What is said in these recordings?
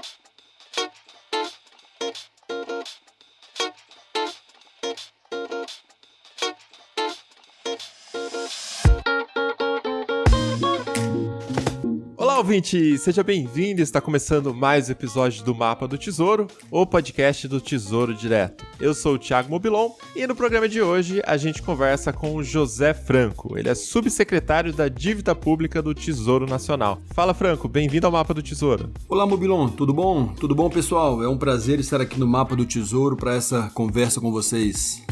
Olá, ouvinte! Seja bem-vindo! Está começando mais um episódio do Mapa do Tesouro, o podcast do Tesouro Direto. Eu sou o Thiago Mobilon e no programa de hoje a gente conversa com o José Franco. Ele é subsecretário da Dívida Pública do Tesouro Nacional. Fala, Franco, bem-vindo ao Mapa do Tesouro. Olá, Mobilon, tudo bom? Tudo bom, pessoal? É um prazer estar aqui no Mapa do Tesouro para essa conversa com vocês.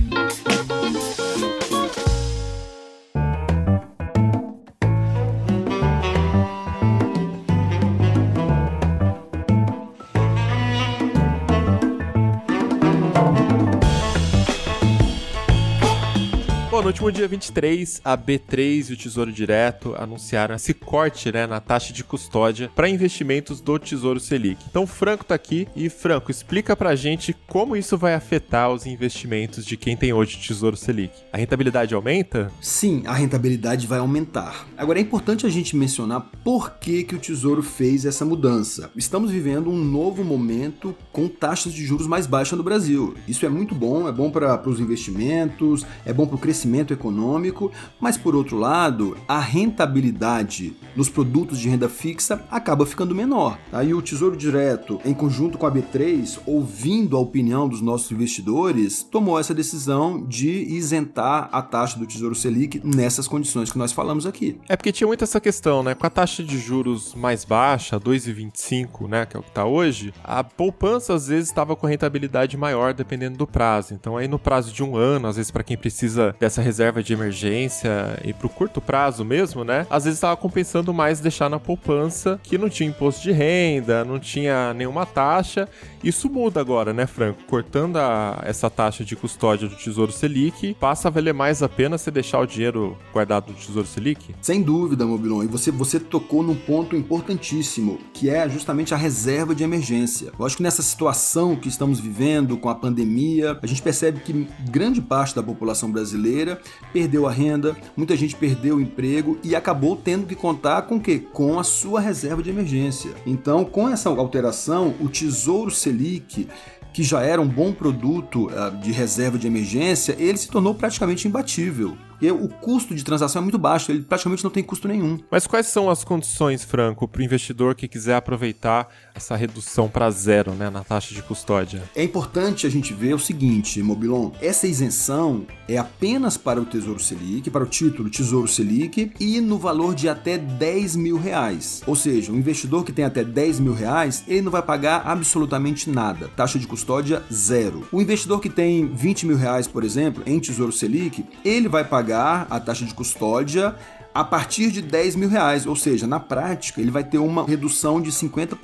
No último dia 23, a B3 e o Tesouro Direto anunciaram esse corte, na taxa de custódia para investimentos do Tesouro Selic. Então o Franco tá aqui e, Franco, explica pra gente como isso vai afetar os investimentos de quem tem hoje o Tesouro Selic. A rentabilidade aumenta? Sim, a rentabilidade vai aumentar. Agora é importante a gente mencionar por que o Tesouro fez essa mudança. Estamos vivendo um novo momento com taxas de juros mais baixas no Brasil. Isso é muito bom, é bom para os investimentos, é bom para o crescimento econômico, mas por outro lado, a rentabilidade nos produtos de renda fixa acaba ficando menor. Aí o Tesouro Direto, em conjunto com a B3, ouvindo a opinião dos nossos investidores, tomou essa decisão de isentar a taxa do Tesouro Selic nessas condições que nós falamos aqui. É porque tinha muito essa questão, com a taxa de juros mais baixa, 2,25, que é o que está hoje, a poupança às vezes estava com rentabilidade maior dependendo do prazo. Então aí no prazo de um ano, às vezes para quem precisa dessa reserva de emergência e pro curto prazo mesmo, às vezes estava compensando mais deixar na poupança, que não tinha imposto de renda, não tinha nenhuma taxa. Isso muda agora, Franco? Cortando essa taxa de custódia do Tesouro Selic, passa a valer mais a pena você deixar o dinheiro guardado no Tesouro Selic? Sem dúvida, Mobilon. E você tocou num ponto importantíssimo, que é justamente a reserva de emergência. Eu acho que nessa situação que estamos vivendo com a pandemia, a gente percebe que grande parte da população brasileira perdeu a renda, muita gente perdeu o emprego e acabou tendo que contar com o quê? Com a sua reserva de emergência. Então, com essa alteração, o Tesouro Selic, que já era um bom produto de reserva de emergência, ele se tornou praticamente imbatível. E o custo de transação é muito baixo, ele praticamente não tem custo nenhum. Mas quais são as condições, Franco, para o investidor que quiser aproveitar essa redução para zero, na taxa de custódia? É importante a gente ver o seguinte, Mobilon, essa isenção é apenas para o Tesouro Selic, para o título Tesouro Selic e no valor de até R$10 mil. Ou seja, o investidor que tem até R$10 mil, ele não vai pagar absolutamente nada, taxa de custódia zero. O investidor que tem R$20 mil, por exemplo, em Tesouro Selic, ele vai pagar a taxa de custódia a partir de R$10 mil, ou seja, na prática ele vai ter uma redução de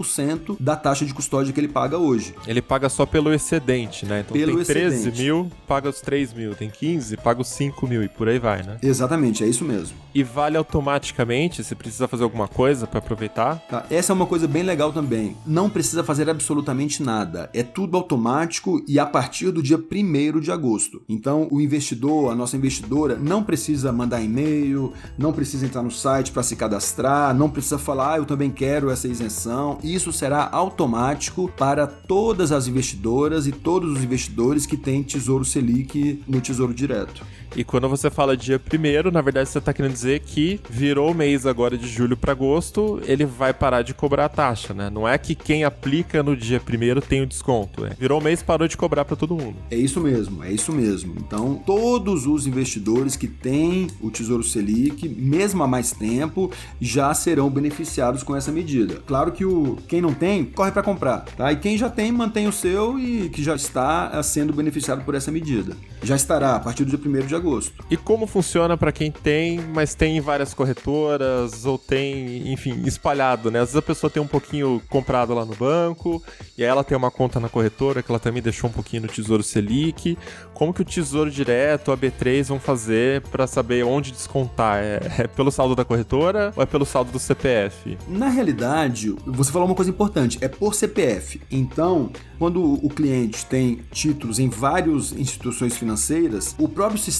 50% da taxa de custódia que ele paga hoje. Ele paga só pelo excedente, Então pelo tem excedente. 13 mil, paga os 3 mil, tem 15, paga os 5 mil e por aí vai, Exatamente, é isso mesmo. E vale automaticamente? Você precisa fazer alguma coisa para aproveitar? Tá, essa é uma coisa bem legal também. Não precisa fazer absolutamente nada. É tudo automático e a partir do dia 1º de agosto. Então o investidor, a nossa investidora, não precisa mandar e-mail, não precisa entrar no site para se cadastrar, não precisa falar, eu também quero essa isenção. Isso será automático para todas as investidoras e todos os investidores que têm Tesouro Selic no Tesouro Direto. E quando você fala dia 1º, na verdade você está querendo dizer que virou o mês agora de julho para agosto, ele vai parar de cobrar a taxa, Não é que quem aplica no dia 1º tem o desconto, Virou o mês, parou de cobrar para todo mundo. É isso mesmo. Então, todos os investidores que têm o Tesouro Selic, mesmo há mais tempo, já serão beneficiados com essa medida. Claro que quem não tem, corre para comprar, tá? E quem já tem, mantém o seu e que já está sendo beneficiado por essa medida. Já estará a partir do dia 1º de agosto. E como funciona para quem tem, mas tem em várias corretoras ou tem, enfim, espalhado, Às vezes a pessoa tem um pouquinho comprado lá no banco e aí ela tem uma conta na corretora que ela também deixou um pouquinho no Tesouro Selic. Como que o Tesouro Direto, a B3 vão fazer para saber onde descontar? É pelo saldo da corretora ou é pelo saldo do CPF? Na realidade, você falou uma coisa importante, é por CPF. Então, quando o cliente tem títulos em várias instituições financeiras, o próprio sistema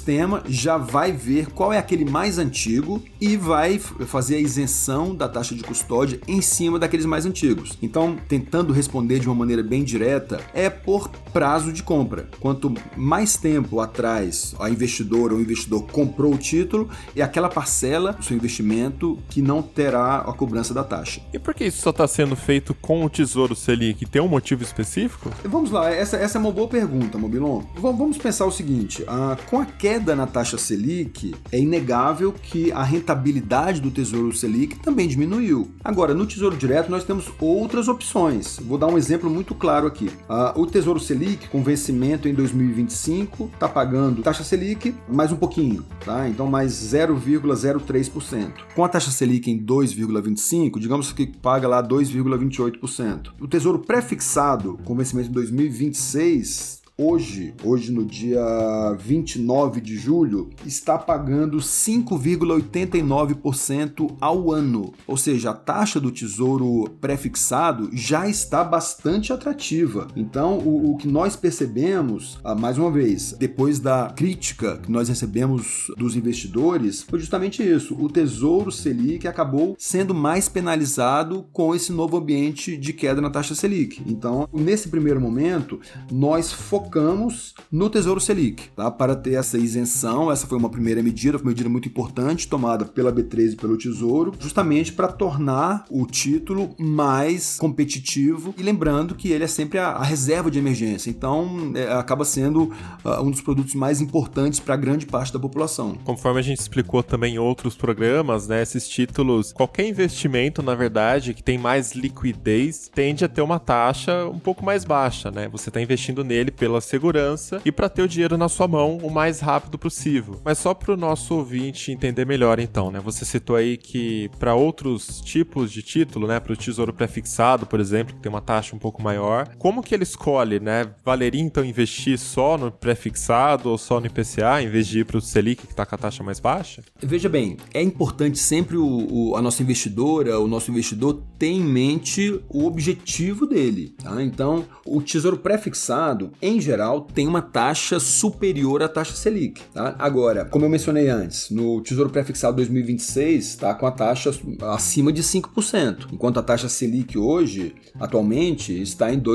sistema já vai ver qual é aquele mais antigo e vai fazer a isenção da taxa de custódia em cima daqueles mais antigos. Então, tentando responder de uma maneira bem direta, é por prazo de compra. Quanto mais tempo atrás a investidora ou o investidor comprou o título, é aquela parcela do seu investimento que não terá a cobrança da taxa. E por que isso só está sendo feito com o Tesouro Selic? Tem um motivo específico? Vamos lá, essa é uma boa pergunta, Mobilon. Vamos pensar o seguinte, com a queda na taxa Selic, é inegável que a rentabilidade do Tesouro Selic também diminuiu. Agora, no Tesouro Direto, nós temos outras opções. Vou dar um exemplo muito claro aqui. O Tesouro Selic, com vencimento em 2025, está pagando taxa Selic mais um pouquinho, tá? Então, mais 0,03%. Com a taxa Selic em 2,25%, digamos que paga lá 2,28%. O Tesouro Prefixado, com vencimento em 2026, Hoje, no dia 29 de julho, está pagando 5,89% ao ano. Ou seja, a taxa do Tesouro Prefixado já está bastante atrativa. Então, o que nós percebemos, mais uma vez, depois da crítica que nós recebemos dos investidores, foi justamente isso. O Tesouro Selic acabou sendo mais penalizado com esse novo ambiente de queda na taxa Selic. Então, nesse primeiro momento, nós focamos no Tesouro Selic, tá? Para ter essa isenção. Essa foi uma primeira medida, foi uma medida muito importante tomada pela B3 e pelo Tesouro, justamente para tornar o título mais competitivo, e lembrando que ele é sempre a reserva de emergência, então acaba sendo um dos produtos mais importantes para grande parte da população. Conforme a gente explicou também em outros programas, né, esses títulos, qualquer investimento, na verdade, que tem mais liquidez, tende a ter uma taxa um pouco mais baixa, né? Você está investindo nele pela segurança e para ter o dinheiro na sua mão o mais rápido possível. Mas só para o nosso ouvinte entender melhor, então, né? Você citou aí que para outros tipos de título, né, para o Tesouro Prefixado, por exemplo, que tem uma taxa um pouco maior, como que ele escolhe, né? Valeria então investir só no prefixado ou só no IPCA, em vez de ir para o Selic, que está com a taxa mais baixa? Veja bem, é importante sempre a nossa investidora, o nosso investidor ter em mente o objetivo dele, tá? Então, o Tesouro Prefixado, em geral, tem uma taxa superior à taxa Selic, tá? Agora, como eu mencionei antes, no Tesouro Prefixado 2026 está com a taxa acima de 5%, enquanto a taxa Selic hoje, atualmente, está em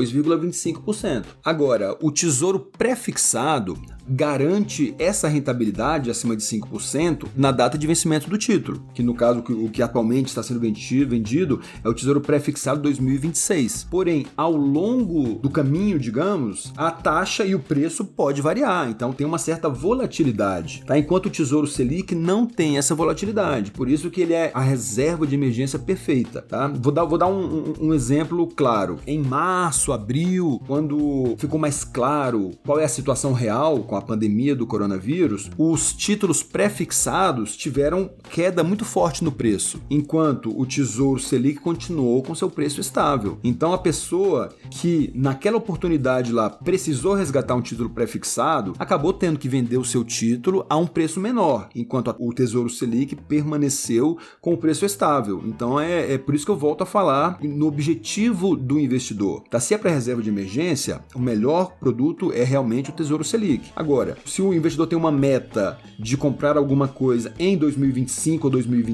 2,25%. Agora, o Tesouro Prefixado garante essa rentabilidade acima de 5% na data de vencimento do título, que no caso o que atualmente está sendo vendido é o Tesouro Prefixado 2026. Porém, ao longo do caminho, digamos, a taxa e o preço pode variar, então tem uma certa volatilidade, tá? Enquanto o Tesouro Selic não tem essa volatilidade, por isso que ele é a reserva de emergência perfeita, tá? Vou dar um exemplo claro. Em março, abril, quando ficou mais claro qual é a situação real com a pandemia do coronavírus, os títulos prefixados tiveram queda muito forte no preço, enquanto o Tesouro Selic continuou com seu preço estável. Então a pessoa que naquela oportunidade lá precisou resgatar um título prefixado, acabou tendo que vender o seu título a um preço menor, enquanto o Tesouro Selic permaneceu com o preço estável. Então é por isso que eu volto a falar no objetivo do investidor. Tá? Se é para reserva de emergência, o melhor produto é realmente o Tesouro Selic. Agora, se o investidor tem uma meta de comprar alguma coisa em 2025 ou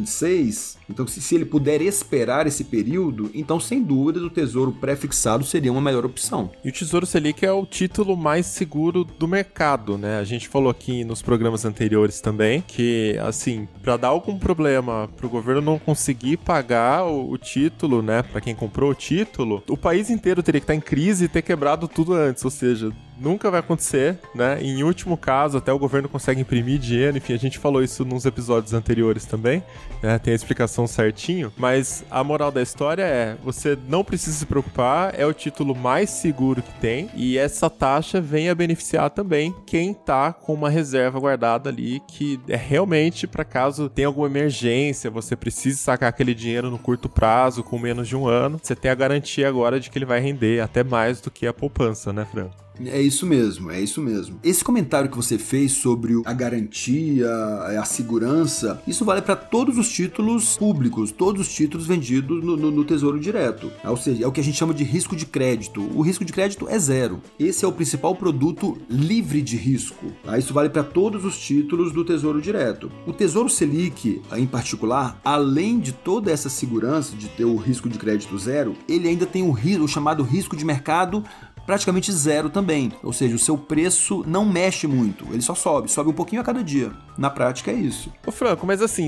2026, então se ele puder esperar esse período, então sem dúvida o Tesouro Prefixado seria uma melhor opção. E o Tesouro Selic é o título mais seguro do mercado, né? A gente falou aqui nos programas anteriores também que, assim, para dar algum problema para o governo não conseguir pagar o título, né, para quem comprou o título, o país inteiro teria que estar em crise e ter quebrado tudo antes, ou seja, nunca vai acontecer, né? Em último caso, até o governo consegue imprimir dinheiro, enfim, a gente falou isso nos episódios anteriores também, né? Tem a explicação certinho, mas a moral da história é, você não precisa se preocupar, é o título mais seguro que tem, e essa taxa vem a beneficiar também quem tá com uma reserva guardada ali, que é realmente para caso tenha alguma emergência, você precise sacar aquele dinheiro no curto prazo, com menos de um ano, você tem a garantia agora de que ele vai render até mais do que a poupança, né, Fran? É isso mesmo, é isso mesmo. Esse comentário que você fez sobre a garantia, a segurança, isso vale para todos os títulos públicos, todos os títulos vendidos no Tesouro Direto. Ou seja, é o que a gente chama de risco de crédito. O risco de crédito é zero. Esse é o principal produto livre de risco. Tá? Isso vale para todos os títulos do Tesouro Direto. O Tesouro Selic, em particular, além de toda essa segurança de ter o risco de crédito zero, ele ainda tem o chamado risco de mercado praticamente zero também, ou seja, o seu preço não mexe muito, ele só sobe um pouquinho a cada dia. Na prática é isso. Ô Franco, mas assim,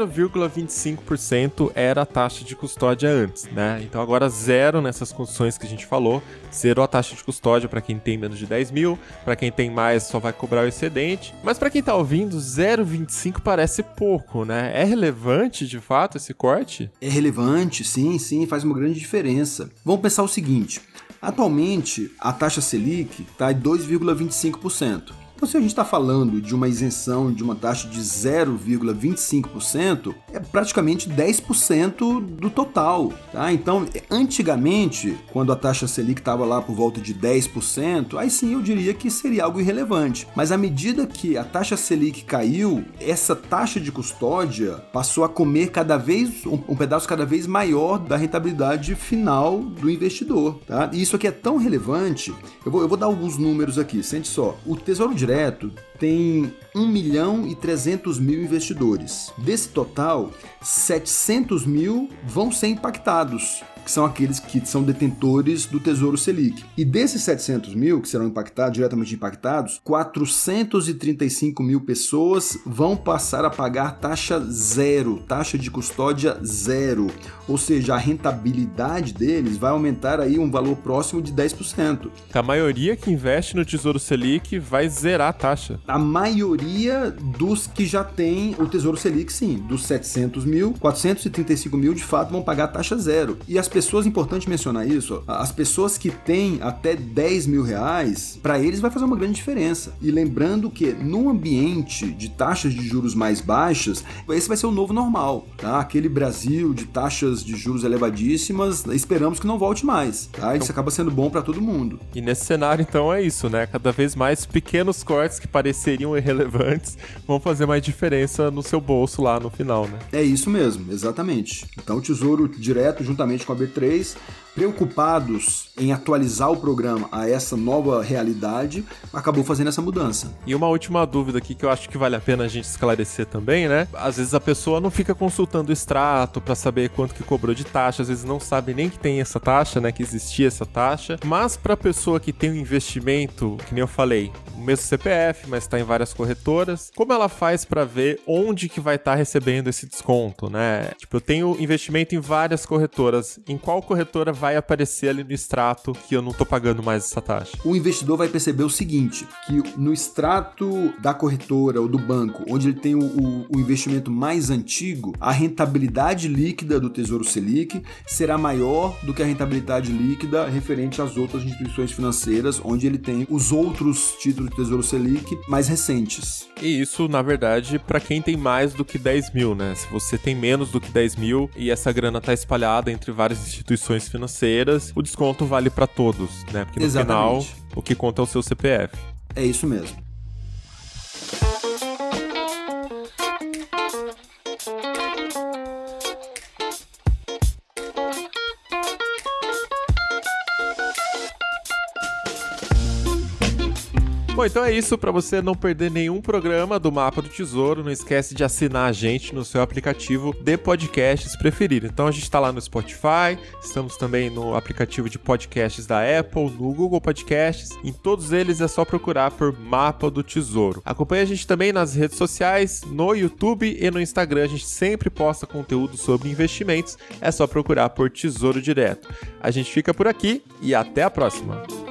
0,25% era a taxa de custódia antes, né? Então agora zero nessas condições que a gente falou, zero a taxa de custódia para quem tem menos de 10 mil, para quem tem mais só vai cobrar o excedente, mas para quem tá ouvindo, 0,25 parece pouco, né? É relevante de fato esse corte? É relevante, sim, faz uma grande diferença. Vamos pensar o seguinte: atualmente, a taxa Selic está em 2,25%. Então, se a gente está falando de uma isenção de uma taxa de 0,25%, é praticamente 10% do total. Tá? Então, antigamente, quando a taxa Selic estava lá por volta de 10%, aí sim eu diria que seria algo irrelevante. Mas à medida que a taxa Selic caiu, essa taxa de custódia passou a comer um pedaço cada vez maior da rentabilidade final do investidor. Tá? E isso aqui é tão relevante, eu vou dar alguns números aqui, sente só. O Tesouro Direto tem 1.300.000 investidores. Desse total, 700.000 vão ser impactados, que são aqueles que são detentores do Tesouro Selic. E desses 700.000 que serão diretamente impactados, 435.000 pessoas vão passar a pagar taxa zero, taxa de custódia zero. Ou seja, a rentabilidade deles vai aumentar aí um valor próximo de 10%. A maioria que investe no Tesouro Selic vai zerar a taxa. A maioria dos que já tem o Tesouro Selic, sim. Dos 700.000, 435.000 de fato vão pagar taxa zero. E as pessoas, importante mencionar isso, as pessoas que têm até 10 mil reais, para eles vai fazer uma grande diferença. E lembrando que no ambiente de taxas de juros mais baixas, esse vai ser o novo normal, tá? Aquele Brasil de taxas de juros elevadíssimas, esperamos que não volte mais, tá? Isso acaba sendo bom para todo mundo. E nesse cenário, então, é isso, né? Cada vez mais pequenos cortes que pareceriam irrelevantes vão fazer mais diferença no seu bolso lá no final, né? É isso mesmo, exatamente. Então o Tesouro Direto, juntamente com a B3, preocupados em atualizar o programa a essa nova realidade, acabou fazendo essa mudança. E uma última dúvida aqui que eu acho que vale a pena a gente esclarecer também, né? Às vezes a pessoa não fica consultando o extrato para saber quanto que cobrou de taxa, às vezes não sabe nem que tem essa taxa, né? Que existia essa taxa. Mas para a pessoa que tem um investimento, que nem eu falei, o mesmo CPF, mas está em várias corretoras, como ela faz para ver onde que vai estar recebendo esse desconto, né? Tipo, eu tenho investimento em várias corretoras, em qual corretora vai aparecer ali no extrato que eu não tô pagando mais essa taxa? O investidor vai perceber o seguinte, que no extrato da corretora ou do banco, onde ele tem o investimento mais antigo, a rentabilidade líquida do Tesouro Selic será maior do que a rentabilidade líquida referente às outras instituições financeiras, onde ele tem os outros títulos do Tesouro Selic mais recentes. E isso, na verdade, para quem tem mais do que 10 mil, né? Se você tem menos do que 10 mil e essa grana tá espalhada entre várias instituições financeiras, o desconto vale para todos, né? Porque no final, o que conta é o seu CPF. É isso mesmo. Bom, então é isso. Para você não perder nenhum programa do Mapa do Tesouro, não esquece de assinar a gente no seu aplicativo de podcasts preferido. Então a gente está lá no Spotify, estamos também no aplicativo de podcasts da Apple, no Google Podcasts. Em todos eles é só procurar por Mapa do Tesouro. Acompanhe a gente também nas redes sociais, no YouTube e no Instagram. A gente sempre posta conteúdo sobre investimentos. É só procurar por Tesouro Direto. A gente fica por aqui e até a próxima.